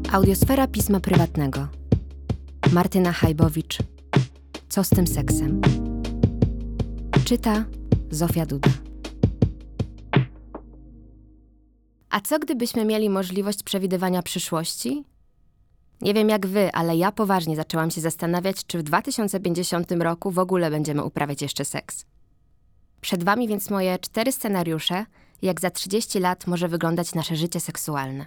Audiosfera pisma prywatnego. Martyna Hajbowicz. Co z tym seksem? Czyta Zofia Duda. A co gdybyśmy mieli możliwość przewidywania przyszłości? Nie wiem jak wy, ale ja poważnie zaczęłam się zastanawiać, czy w 2050 roku w ogóle będziemy uprawiać jeszcze seks. Przed wami więc moje 4 scenariusze, jak za 30 lat może wyglądać nasze życie seksualne.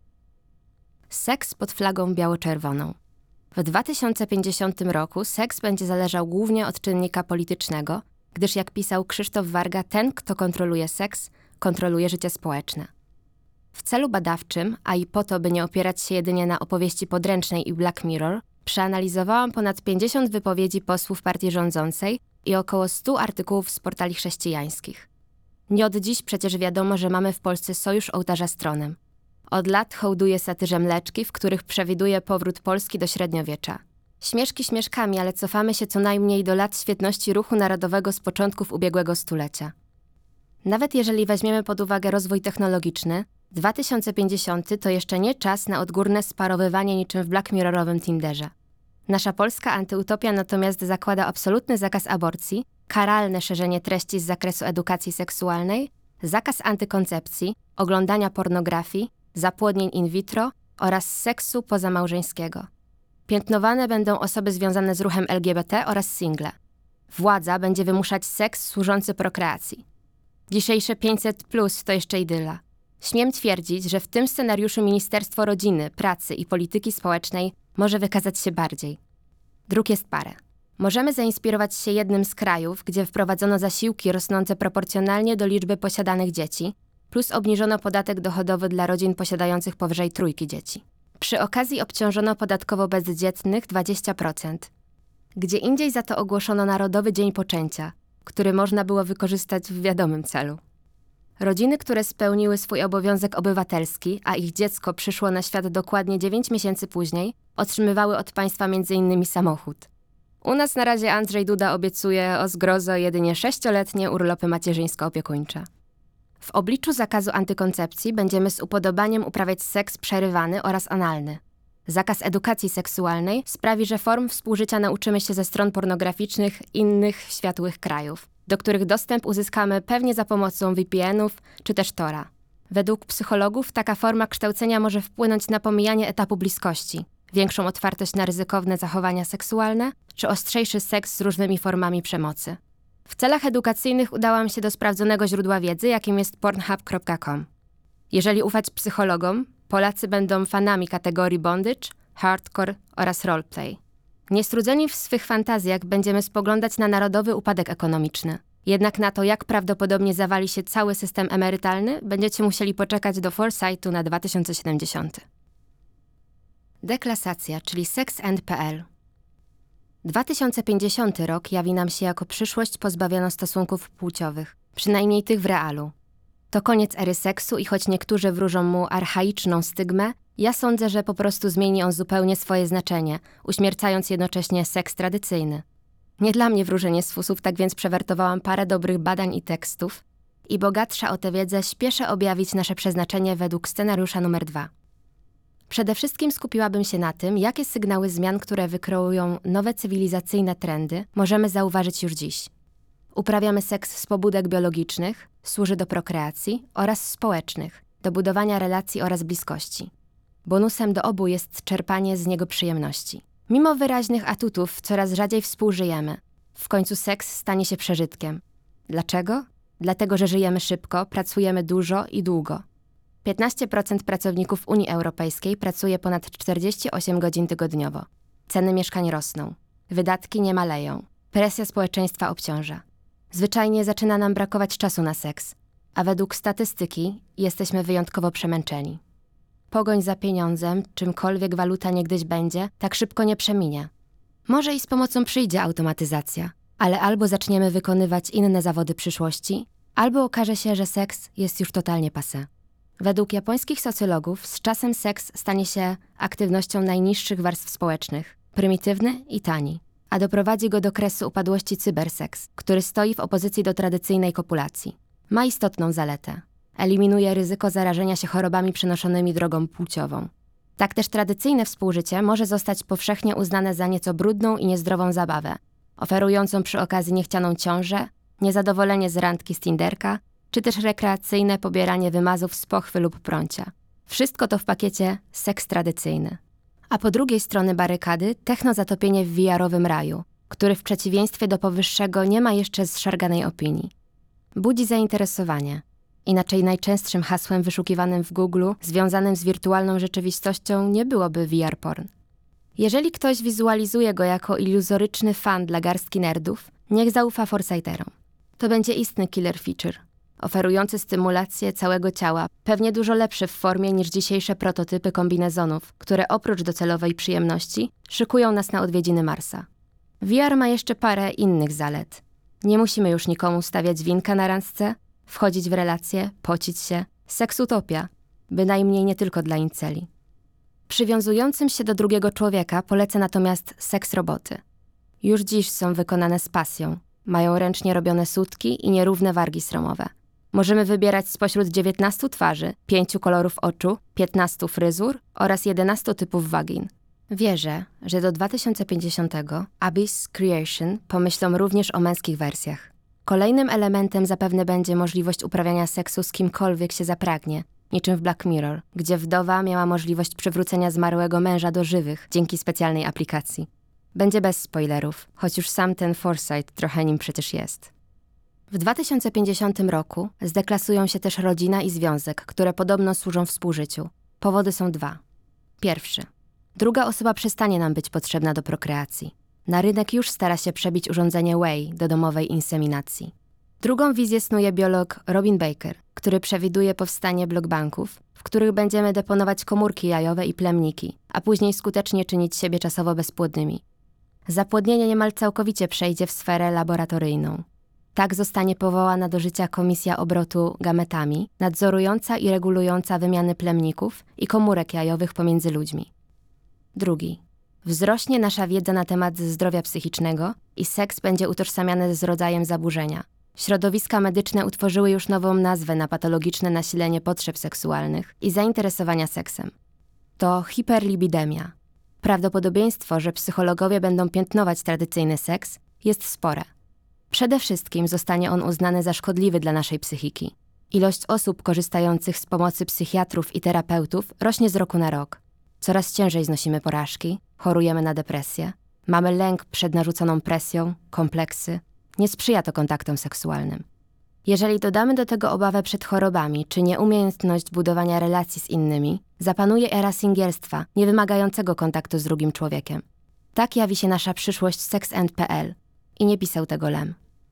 Seks pod flagą biało-czerwoną. W 2050 roku seks będzie zależał głównie od czynnika politycznego, gdyż jak pisał Krzysztof Warga, ten, kto kontroluje seks, kontroluje życie społeczne. W celu badawczym, a i po to, by nie opierać się jedynie na opowieści podręcznej i Black Mirror, przeanalizowałam ponad 50 wypowiedzi posłów partii rządzącej i około 100 artykułów z portali chrześcijańskich. Nie od dziś przecież wiadomo, że mamy w Polsce sojusz ołtarza z tronem. Od lat hołduje satyrze Mleczki, w których przewiduje powrót Polski do średniowiecza. Śmieszki śmieszkami, ale cofamy się co najmniej do lat świetności ruchu narodowego z początków ubiegłego stulecia. Nawet jeżeli weźmiemy pod uwagę rozwój technologiczny, 2050 to jeszcze nie czas na odgórne sparowywanie niczym w Black Mirrorowym Tinderze. Nasza polska antyutopia natomiast zakłada absolutny zakaz aborcji, karalne szerzenie treści z zakresu edukacji seksualnej, zakaz antykoncepcji, oglądania pornografii, zapłodnień in vitro oraz seksu pozamałżeńskiego. Piętnowane będą osoby związane z ruchem LGBT oraz single. Władza będzie wymuszać seks służący prokreacji. Dzisiejsze 500+ to jeszcze idyla. Śmiem twierdzić, że w tym scenariuszu Ministerstwo Rodziny, Pracy i Polityki Społecznej może wykazać się bardziej. Dróg jest parę. Możemy zainspirować się jednym z krajów, gdzie wprowadzono zasiłki rosnące proporcjonalnie do liczby posiadanych dzieci, plus obniżono podatek dochodowy dla rodzin posiadających powyżej 3 dzieci. Przy okazji obciążono podatkowo bezdzietnych 20%. Gdzie indziej za to ogłoszono Narodowy Dzień Poczęcia, który można było wykorzystać w wiadomym celu. Rodziny, które spełniły swój obowiązek obywatelski, a ich dziecko przyszło na świat dokładnie 9 miesięcy później, otrzymywały od państwa m.in. samochód. U nas na razie Andrzej Duda obiecuje o zgrozo jedynie 6-letnie urlopy macierzyńsko-opiekuńcze. W obliczu zakazu antykoncepcji będziemy z upodobaniem uprawiać seks przerywany oraz analny. Zakaz edukacji seksualnej sprawi, że form współżycia nauczymy się ze stron pornograficznych innych światłych krajów, do których dostęp uzyskamy pewnie za pomocą VPN-ów czy też Tora. Według psychologów taka forma kształcenia może wpłynąć na pomijanie etapu bliskości, większą otwartość na ryzykowne zachowania seksualne czy ostrzejszy seks z różnymi formami przemocy. W celach edukacyjnych udałam się do sprawdzonego źródła wiedzy, jakim jest pornhub.com. Jeżeli ufać psychologom, Polacy będą fanami kategorii bondage, hardcore oraz roleplay. Niestrudzeni w swych fantazjach będziemy spoglądać na narodowy upadek ekonomiczny. Jednak na to, jak prawdopodobnie zawali się cały system emerytalny, będziecie musieli poczekać do Foresightu na 2070. Deklasacja, czyli sex&pl. 2050 rok jawi nam się jako przyszłość pozbawiona stosunków płciowych, przynajmniej tych w realu. To koniec ery seksu i choć niektórzy wróżą mu archaiczną stygmę, ja sądzę, że po prostu zmieni on zupełnie swoje znaczenie, uśmiercając jednocześnie seks tradycyjny. Nie dla mnie wróżenie z fusów, tak więc przewertowałam parę dobrych badań i tekstów i bogatsza o tę wiedzę śpieszę objawić nasze przeznaczenie według scenariusza numer 2. Przede wszystkim skupiłabym się na tym, jakie sygnały zmian, które wykreują nowe cywilizacyjne trendy, możemy zauważyć już dziś. Uprawiamy seks z pobudek biologicznych, służy do prokreacji oraz społecznych, do budowania relacji oraz bliskości. Bonusem do obu jest czerpanie z niego przyjemności. Mimo wyraźnych atutów coraz rzadziej współżyjemy. W końcu seks stanie się przeżytkiem. Dlaczego? Dlatego, że żyjemy szybko, pracujemy dużo i długo. 15% pracowników Unii Europejskiej pracuje ponad 48 godzin tygodniowo. Ceny mieszkań rosną. Wydatki nie maleją. Presja społeczeństwa obciąża. Zwyczajnie zaczyna nam brakować czasu na seks, a według statystyki jesteśmy wyjątkowo przemęczeni. Pogoń za pieniądzem, czymkolwiek waluta niegdyś będzie, tak szybko nie przeminie. Może i z pomocą przyjdzie automatyzacja, ale albo zaczniemy wykonywać inne zawody przyszłości, albo okaże się, że seks jest już totalnie passé. Według japońskich socjologów z czasem seks stanie się aktywnością najniższych warstw społecznych, prymitywny i tani, a doprowadzi go do kresu upadłości cyberseks, który stoi w opozycji do tradycyjnej kopulacji. Ma istotną zaletę. Eliminuje ryzyko zarażenia się chorobami przenoszonymi drogą płciową. Tak też tradycyjne współżycie może zostać powszechnie uznane za nieco brudną i niezdrową zabawę, oferującą przy okazji niechcianą ciążę, niezadowolenie z randki z Tinderka, czy też rekreacyjne pobieranie wymazów z pochwy lub prącia. Wszystko to w pakiecie seks tradycyjny. A po drugiej stronie barykady techno-zatopienie w VR-owym raju, który w przeciwieństwie do powyższego nie ma jeszcze zszarganej opinii. Budzi zainteresowanie. Inaczej najczęstszym hasłem wyszukiwanym w Google związanym z wirtualną rzeczywistością nie byłoby VR porn. Jeżeli ktoś wizualizuje go jako iluzoryczny fan dla garstki nerdów, niech zaufa Forsytherom. To będzie istny killer feature, oferujący stymulację całego ciała, pewnie dużo lepszy w formie niż dzisiejsze prototypy kombinezonów, które oprócz docelowej przyjemności szykują nas na odwiedziny Marsa. VR ma jeszcze parę innych zalet. Nie musimy już nikomu stawiać winka na randce, wchodzić w relacje, pocić się. Seksutopia, bynajmniej nie tylko dla inceli. Przywiązującym się do drugiego człowieka polecę natomiast seks roboty. Już dziś są wykonane z pasją. Mają ręcznie robione sutki i nierówne wargi sromowe. Możemy wybierać spośród 19 twarzy, 5 kolorów oczu, 15 fryzur oraz 11 typów wagin. Wierzę, że do 2050 Abyss Creation pomyślą również o męskich wersjach. Kolejnym elementem zapewne będzie możliwość uprawiania seksu z kimkolwiek się zapragnie, niczym w Black Mirror, gdzie wdowa miała możliwość przywrócenia zmarłego męża do żywych dzięki specjalnej aplikacji. Będzie bez spoilerów, choć już sam ten Forsythe trochę nim przecież jest. W 2050 roku zdeklasują się też rodzina i związek, które podobno służą współżyciu. Powody są dwa. Pierwszy. Druga osoba przestanie nam być potrzebna do prokreacji. Na rynek już stara się przebić urządzenie Whey do domowej inseminacji. Drugą wizję snuje biolog Robin Baker, który przewiduje powstanie blockbanków, w których będziemy deponować komórki jajowe i plemniki, a później skutecznie czynić siebie czasowo bezpłodnymi. Zapłodnienie niemal całkowicie przejdzie w sferę laboratoryjną. Tak zostanie powołana do życia Komisja Obrotu Gametami, nadzorująca i regulująca wymiany plemników i komórek jajowych pomiędzy ludźmi. Drugi. Wzrośnie nasza wiedza na temat zdrowia psychicznego i seks będzie utożsamiany z rodzajem zaburzenia. Środowiska medyczne utworzyły już nową nazwę na patologiczne nasilenie potrzeb seksualnych i zainteresowania seksem. To hiperlibidemia. Prawdopodobieństwo, że psychologowie będą piętnować tradycyjny seks, jest spore. Przede wszystkim zostanie on uznany za szkodliwy dla naszej psychiki. Ilość osób korzystających z pomocy psychiatrów i terapeutów rośnie z roku na rok. Coraz ciężej znosimy porażki, chorujemy na depresję, mamy lęk przed narzuconą presją, kompleksy. Nie sprzyja to kontaktom seksualnym. Jeżeli dodamy do tego obawę przed chorobami czy nieumiejętność budowania relacji z innymi, zapanuje era singielstwa, niewymagającego kontaktu z drugim człowiekiem. Tak jawi się nasza przyszłość sex&pl. I nie pisał tego Lem.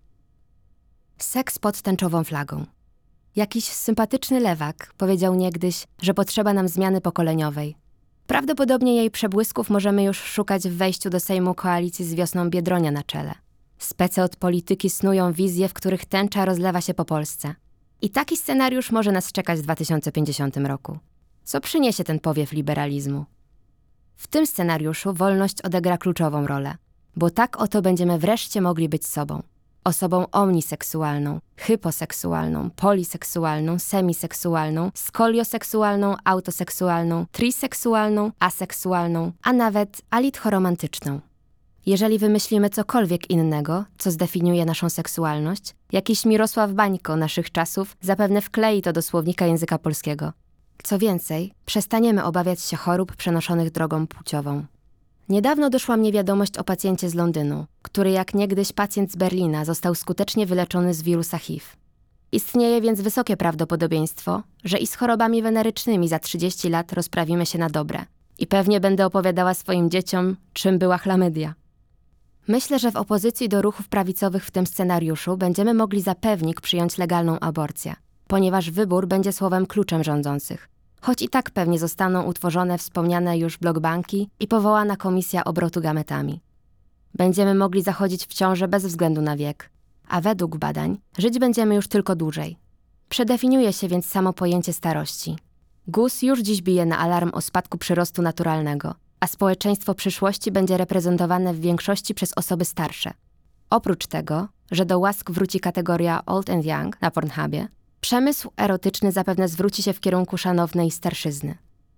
Seks pod tęczową flagą. Jakiś sympatyczny lewak powiedział niegdyś, że potrzeba nam zmiany pokoleniowej. Prawdopodobnie jej przebłysków możemy już szukać w wejściu do Sejmu koalicji z Wiosną Biedronia na czele. Spece od polityki snują wizje, w których tęcza rozlewa się po Polsce. I taki scenariusz może nas czekać w 2050 roku. Co przyniesie ten powiew liberalizmu? W tym scenariuszu wolność odegra kluczową rolę, bo tak oto będziemy wreszcie mogli być sobą. Osobą omniseksualną, hyposeksualną, poliseksualną, semiseksualną, skolioseksualną, autoseksualną, triseksualną, aseksualną, a nawet alitchoromantyczną. Jeżeli wymyślimy cokolwiek innego, co zdefiniuje naszą seksualność, jakiś Mirosław Bańko naszych czasów zapewne wklei to do słownika języka polskiego. Co więcej, przestaniemy obawiać się chorób przenoszonych drogą płciową. Niedawno doszła mnie wiadomość o pacjencie z Londynu, który jak niegdyś pacjent z Berlina został skutecznie wyleczony z wirusa HIV. Istnieje więc wysokie prawdopodobieństwo, że i z chorobami wenerycznymi za 30 lat rozprawimy się na dobre. I pewnie będę opowiadała swoim dzieciom, czym była chlamydia. Myślę, że w opozycji do ruchów prawicowych w tym scenariuszu będziemy mogli za pewnik przyjąć legalną aborcję, ponieważ wybór będzie słowem kluczem rządzących. Choć i tak pewnie zostaną utworzone wspomniane już blockbanki i powołana Komisja Obrotu Gametami. Będziemy mogli zachodzić w ciążę bez względu na wiek, a według badań żyć będziemy już tylko dłużej. Przedefiniuje się więc samo pojęcie starości. GUS już dziś bije na alarm o spadku przyrostu naturalnego, a społeczeństwo przyszłości będzie reprezentowane w większości przez osoby starsze. Oprócz tego, że do łask wróci kategoria Old and Young na Pornhubie, przemysł erotyczny zapewne zwróci się w kierunku szanownej starszyzny.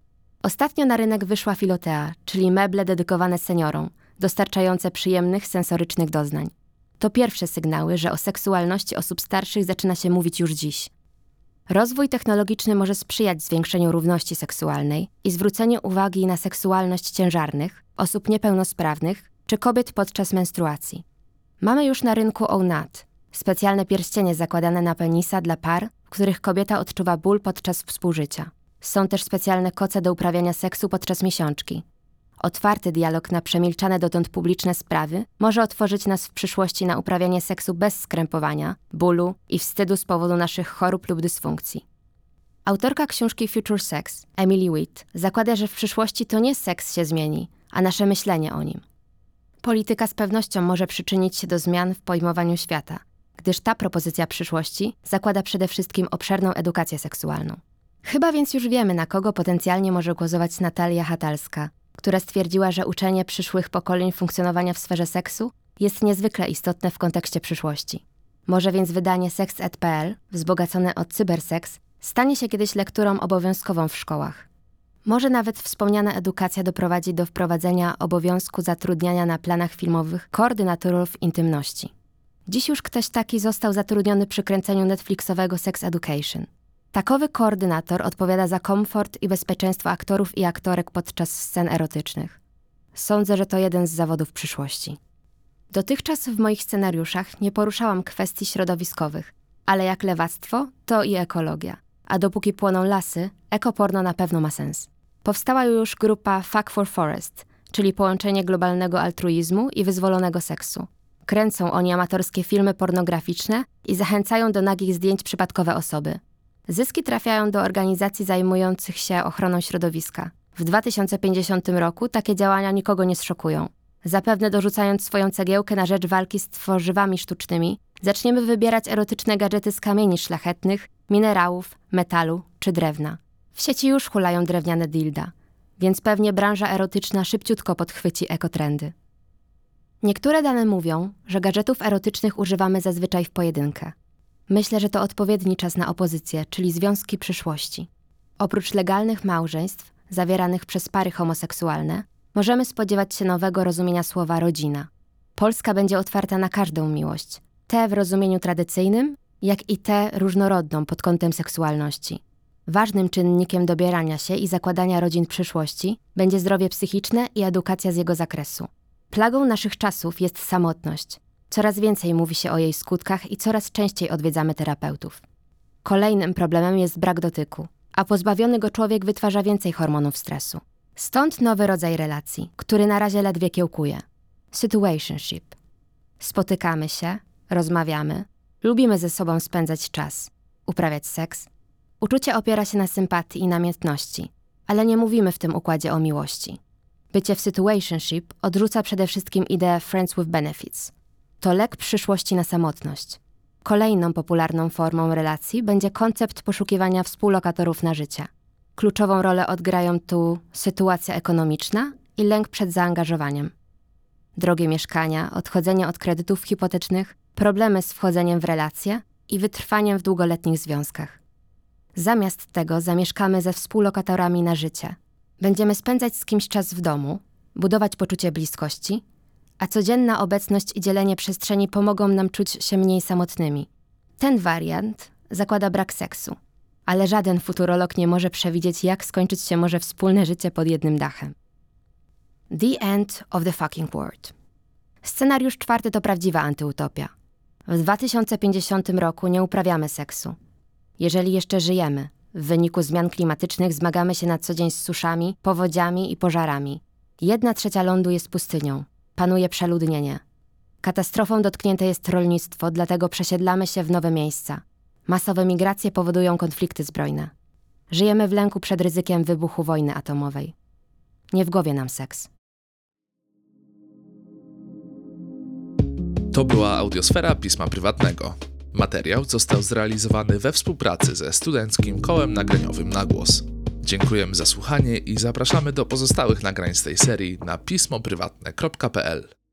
Ostatnio na rynek wyszła Filotea, czyli meble dedykowane seniorom, dostarczające przyjemnych, sensorycznych doznań. To pierwsze sygnały, że o seksualności osób starszych zaczyna się mówić już dziś. Rozwój technologiczny może sprzyjać zwiększeniu równości seksualnej i zwróceniu uwagi na seksualność ciężarnych, osób niepełnosprawnych czy kobiet podczas menstruacji. Mamy już na rynku ONAT, specjalne pierścienie zakładane na penisa dla par, w których kobieta odczuwa ból podczas współżycia. Są też specjalne koce do uprawiania seksu podczas miesiączki. Otwarty dialog na przemilczane dotąd publiczne sprawy może otworzyć nas w przyszłości na uprawianie seksu bez skrępowania, bólu i wstydu z powodu naszych chorób lub dysfunkcji. Autorka książki Future Sex, Emily Witt, zakłada, że w przyszłości to nie seks się zmieni, a nasze myślenie o nim. Polityka z pewnością może przyczynić się do zmian w pojmowaniu świata, gdyż ta propozycja przyszłości zakłada przede wszystkim obszerną edukację seksualną. Chyba więc już wiemy, na kogo potencjalnie może głosować Natalia Hatalska, która stwierdziła, że uczenie przyszłych pokoleń funkcjonowania w sferze seksu jest niezwykle istotne w kontekście przyszłości. Może więc wydanie sex.pl, wzbogacone o cyberseks, stanie się kiedyś lekturą obowiązkową w szkołach. Może nawet wspomniana edukacja doprowadzi do wprowadzenia obowiązku zatrudniania na planach filmowych koordynatorów intymności. Dziś już ktoś taki został zatrudniony przy kręceniu Netflixowego Sex Education. Takowy koordynator odpowiada za komfort i bezpieczeństwo aktorów i aktorek podczas scen erotycznych. Sądzę, że to jeden z zawodów przyszłości. Dotychczas w moich scenariuszach nie poruszałam kwestii środowiskowych, ale jak lewactwo, to i ekologia. A dopóki płoną lasy, ekoporno na pewno ma sens. Powstała już grupa Fuck for Forest, czyli połączenie globalnego altruizmu i wyzwolonego seksu. Kręcą oni amatorskie filmy pornograficzne i zachęcają do nagich zdjęć przypadkowe osoby. Zyski trafiają do organizacji zajmujących się ochroną środowiska. W 2050 roku takie działania nikogo nie zszokują. Zapewne dorzucając swoją cegiełkę na rzecz walki z tworzywami sztucznymi, zaczniemy wybierać erotyczne gadżety z kamieni szlachetnych, minerałów, metalu czy drewna. W sieci już hulają drewniane dilda, więc pewnie branża erotyczna szybciutko podchwyci ekotrendy. Niektóre dane mówią, że gadżetów erotycznych używamy zazwyczaj w pojedynkę. Myślę, że to odpowiedni czas na opozycję, czyli związki przyszłości. Oprócz legalnych małżeństw, zawieranych przez pary homoseksualne, możemy spodziewać się nowego rozumienia słowa rodzina. Polska będzie otwarta na każdą miłość, tę w rozumieniu tradycyjnym, jak i tę różnorodną pod kątem seksualności. Ważnym czynnikiem dobierania się i zakładania rodzin przyszłości będzie zdrowie psychiczne i edukacja z jego zakresu. Plagą naszych czasów jest samotność. Coraz więcej mówi się o jej skutkach i coraz częściej odwiedzamy terapeutów. Kolejnym problemem jest brak dotyku, a pozbawiony go człowiek wytwarza więcej hormonów stresu. Stąd nowy rodzaj relacji, który na razie ledwie kiełkuje. Situationship. Spotykamy się, rozmawiamy, lubimy ze sobą spędzać czas, uprawiać seks. Uczucie opiera się na sympatii i namiętności, ale nie mówimy w tym układzie o miłości. Bycie w situationship odrzuca przede wszystkim ideę friends with benefits. To lek przyszłości na samotność. Kolejną popularną formą relacji będzie koncept poszukiwania współlokatorów na życie. Kluczową rolę odgrają tu sytuacja ekonomiczna i lęk przed zaangażowaniem. Drogie mieszkania, odchodzenie od kredytów hipotecznych, problemy z wchodzeniem w relacje i wytrwaniem w długoletnich związkach. Zamiast tego zamieszkamy ze współlokatorami na życie. Będziemy spędzać z kimś czas w domu, budować poczucie bliskości, a codzienna obecność i dzielenie przestrzeni pomogą nam czuć się mniej samotnymi. Ten wariant zakłada brak seksu, ale żaden futurolog nie może przewidzieć, jak skończyć się może wspólne życie pod jednym dachem. The End of the Fucking World. Scenariusz 4 to prawdziwa antyutopia. W 2050 roku nie uprawiamy seksu. Jeżeli jeszcze żyjemy, w wyniku zmian klimatycznych zmagamy się na co dzień z suszami, powodziami i pożarami. 1/3 lądu jest pustynią. Panuje przeludnienie. Katastrofą dotknięte jest rolnictwo, dlatego przesiedlamy się w nowe miejsca. Masowe migracje powodują konflikty zbrojne. Żyjemy w lęku przed ryzykiem wybuchu wojny atomowej. Nie w głowie nam seks. To była audiosfera Pisma Prywatnego. Materiał został zrealizowany we współpracy ze Studenckim Kołem Nagraniowym Na Głos. Dziękujemy za słuchanie i zapraszamy do pozostałych nagrań z tej serii na pismoprywatne.pl.